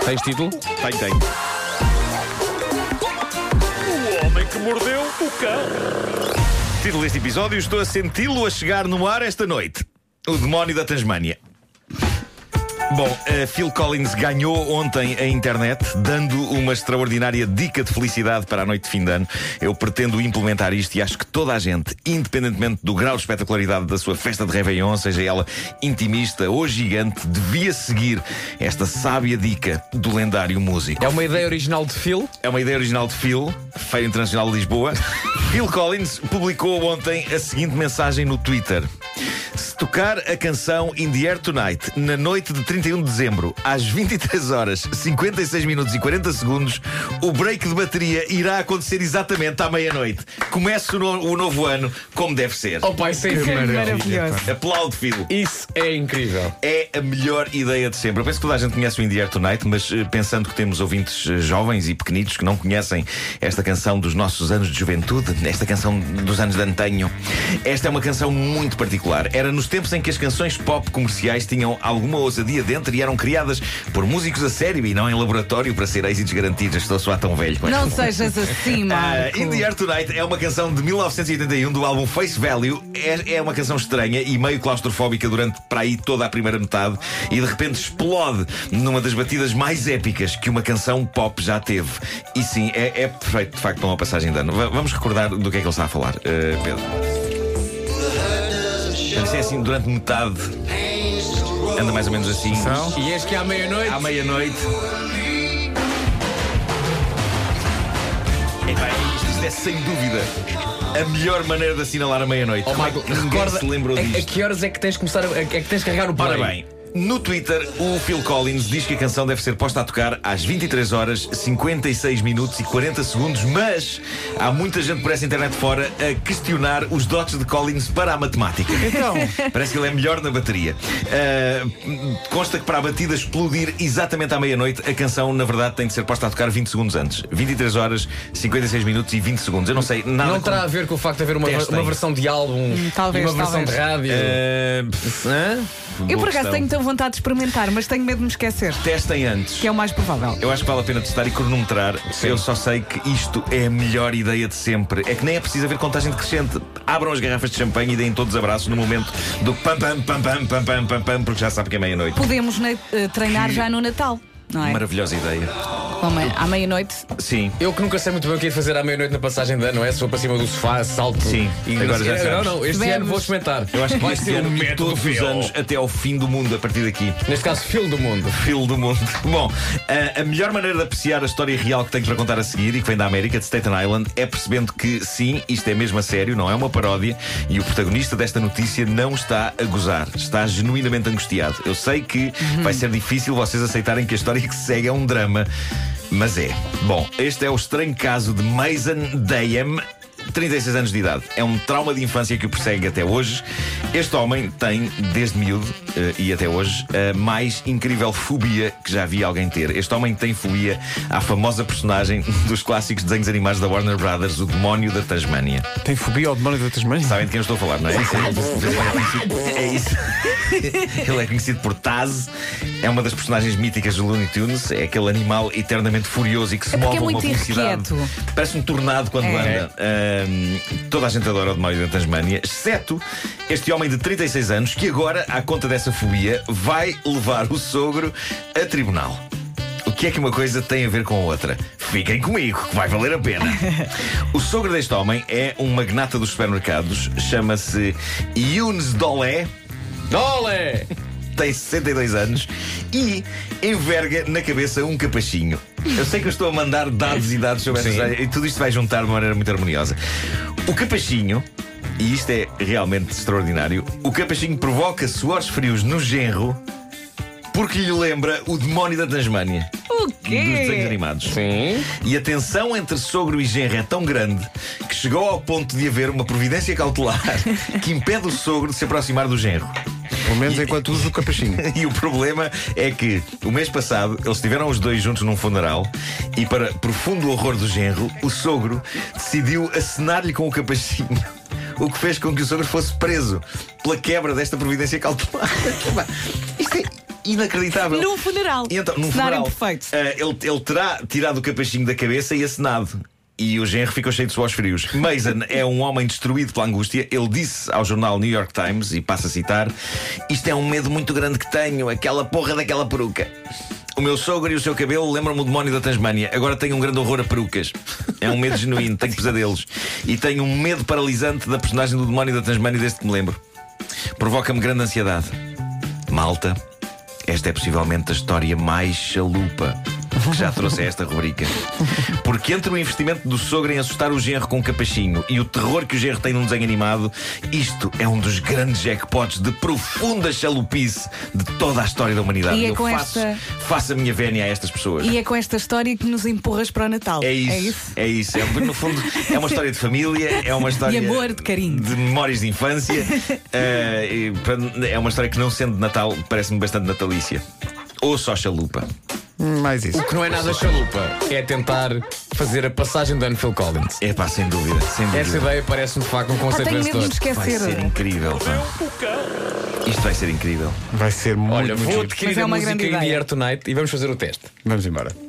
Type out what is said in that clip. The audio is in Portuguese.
Tens título? Tenho. O homem que mordeu o cão. Título deste episódio: estou a senti-lo a chegar no ar esta noite. O demónio da Tasmânia. Bom, Phil Collins ganhou ontem a internet, dando uma extraordinária dica de felicidade para a noite de fim de ano. Eu pretendo implementar isto e acho que toda a gente, independentemente do grau de espetacularidade da sua festa de Réveillon, seja ela intimista ou gigante, devia seguir esta sábia dica do lendário músico. É uma ideia original de Phil? É uma ideia original de Phil, Feira Internacional de Lisboa. Phil Collins publicou ontem a seguinte mensagem no Twitter: se tocar a canção In the Air Tonight na noite de 31 de dezembro, às 23 horas, 56 minutos e 40 segundos, o break de bateria irá acontecer exatamente à meia-noite. Comece o novo ano como deve ser. Oh pai, isso é Maravilhoso. Aplaude, Phil. Isso é incrível. É a melhor ideia de sempre. Eu penso que toda a gente conhece o In the Air Tonight, mas pensando que temos ouvintes jovens e pequenitos que não conhecem esta canção dos nossos anos de juventude, esta canção dos anos de antanho, esta é uma canção muito particular. Era nos tempos em que as canções pop comerciais tinham alguma ousadia dentro e eram criadas por músicos a sério e não em laboratório para ser êxitos garantidos. Estou a soar tão velho com Não esta. sejas assim, Marco. In the Air Tonight é uma canção de 1981 do álbum Face Value. É uma canção estranha e meio claustrofóbica durante para aí toda a primeira metade e de repente explode numa das batidas mais épicas que uma canção pop já teve. E sim, é perfeito de facto para uma passagem de ano. Vamos recordar do que é que ele está a falar, Pedro. Deve ser assim durante metade. Anda mais ou menos assim. E és que à meia-noite. À meia-noite. Isto é sem dúvida a melhor maneira de assinalar a meia-noite. Oh, Marco, Ninguém recorda, se lembrou disto. a que horas é que tens de começar é que tens de carregar o play? Ora bem, no Twitter, o Phil Collins diz que a canção deve ser posta a tocar às 23 horas, 56 minutos e 40 segundos, mas há muita gente por essa internet fora a questionar os dotes de Collins para a matemática. Então, Parece que ele é melhor na bateria. Consta que para a batida explodir exatamente à meia-noite, a canção, na verdade, tem de ser posta a tocar 20 segundos antes. 23 horas, 56 minutos e 20 segundos. Eu não sei nada. Não terá a ver com o facto de haver uma versão de álbum talvez, e uma versão talvez. de rádio? Hã? eu por Boa acaso questão. tenho tão vontade de experimentar, mas tenho medo de me esquecer, Testem antes. que é o mais provável. Eu acho que vale a pena testar e cronometrar. Sim. Eu só sei que isto é a melhor ideia de sempre. É que nem é preciso haver contagem decrescente. Abram as garrafas de champanhe e deem todos abraços no momento do pam pam pam pam pam pam pam pam, porque já sabe que é meia-noite. Podemos treinar já no Natal, não é? Maravilhosa ideia. À meia-noite. Sim. Eu que nunca sei muito bem o que é de fazer à meia-noite na passagem de ano, não é? Se vou para cima do sofá, salto. Sim, E agora já sabes. Não, este ano vou experimentar. Eu acho que vai este ser ano um e método todos os Phil. anos até ao fim do mundo a partir daqui. Neste caso, Phil do mundo. Phil do mundo. Bom, a melhor maneira de apreciar a história real que tenho para contar a seguir e que vem da América, de Staten Island, é percebendo que sim, isto é mesmo a sério, não é uma paródia e o protagonista desta notícia não está a gozar, está genuinamente angustiado. Eu sei que vai ser difícil vocês aceitarem que a história que se segue é um drama, mas é. Bom, este é o estranho caso de Mason Dayam, 36 anos de idade. É um trauma de infância que o persegue até hoje. Este homem tem, desde miúdo e até hoje, a mais incrível fobia que já vi alguém ter. Este homem tem fobia à famosa personagem dos clássicos desenhos animados da Warner Brothers, o demónio da Tasmânia. Tem fobia ao demónio da Tasmânia? Sabem de quem eu estou a falar, não é? É isso. Ele é conhecido por Taz. É uma das personagens míticas do Looney Tunes. É aquele animal eternamente furioso e que se move porque a é uma muito velocidade. irrequieto. Parece um tornado quando anda. Toda a gente adora o demónio da Tasmânia, exceto este homem de 36 anos que agora, à conta dessa fobia, vai levar o sogro a tribunal. O que é que uma coisa tem a ver com a outra? Fiquem comigo, que vai valer a pena. O sogro deste homem é um magnata dos supermercados, chama-se Younes Dolé. Dole! Tem 62 anos e enverga na cabeça um capachinho. Eu sei que eu estou a mandar dados e dados sobre esta história e tudo isto vai juntar de uma maneira muito harmoniosa. O capachinho, e isto é realmente extraordinário, o capachinho provoca suores frios no genro porque lhe lembra o demónio da Tasmânia. O Dos desenhos quê? animados. Sim. E a tensão entre sogro e genro é tão grande que chegou ao ponto de haver uma providência cautelar que impede o sogro de se aproximar do genro. Pelo menos enquanto uso o capachinho. E o problema é que o mês passado eles estiveram os dois juntos num funeral e, para profundo horror do genro, o sogro decidiu acenar-lhe com o capachinho, o que fez com que o sogro fosse preso pela quebra desta providência cautelar. inacreditável. Num funeral. E então, num Cenário funeral, perfeito. ele terá tirado o capachinho da cabeça e acenado. E o genro ficou cheio de suores frios. Mason é um homem destruído pela angústia. Ele disse ao jornal New York Times, e passo a citar: "Isto é um medo muito grande que tenho, aquela porra daquela peruca. O meu sogro e o seu cabelo lembram-me o demónio da Tasmânia. Agora tenho um grande horror a perucas. É um medo genuíno, tenho pesadelos. E tenho um medo paralisante da personagem do demónio da Tasmânia desde que me lembro. Provoca-me grande ansiedade. Malta, esta é possivelmente a história mais chalupa que já trouxe a esta rubrica. Porque entre o investimento do sogro em assustar o genro com um capachinho e o terror que o genro tem num desenho animado, isto é um dos grandes jackpots de profunda chalupice de toda a história da humanidade. E é eu com faço a minha vénia a estas pessoas. E é com esta história que nos empurras para o Natal. É isso. No fundo, é uma história de família, é uma história De amor, de carinho. de memórias de infância. É uma história que, não sendo de Natal, parece-me bastante natalícia. Ou só chalupa. Mais isso. O que não é nada chalupa é tentar fazer a passagem de ano Phil Collins. É pá, sem dúvida, sem dúvida. Essa ideia parece-me de facto um conceito tenho medo de vencedor. me Vai esquecer. ser incrível, pá. Isto vai ser incrível. Vai ser muito, Olha, muito vou giro. adquirir Mas é a uma música grande In the ideia. Air Tonight e vamos fazer o teste. Vamos embora.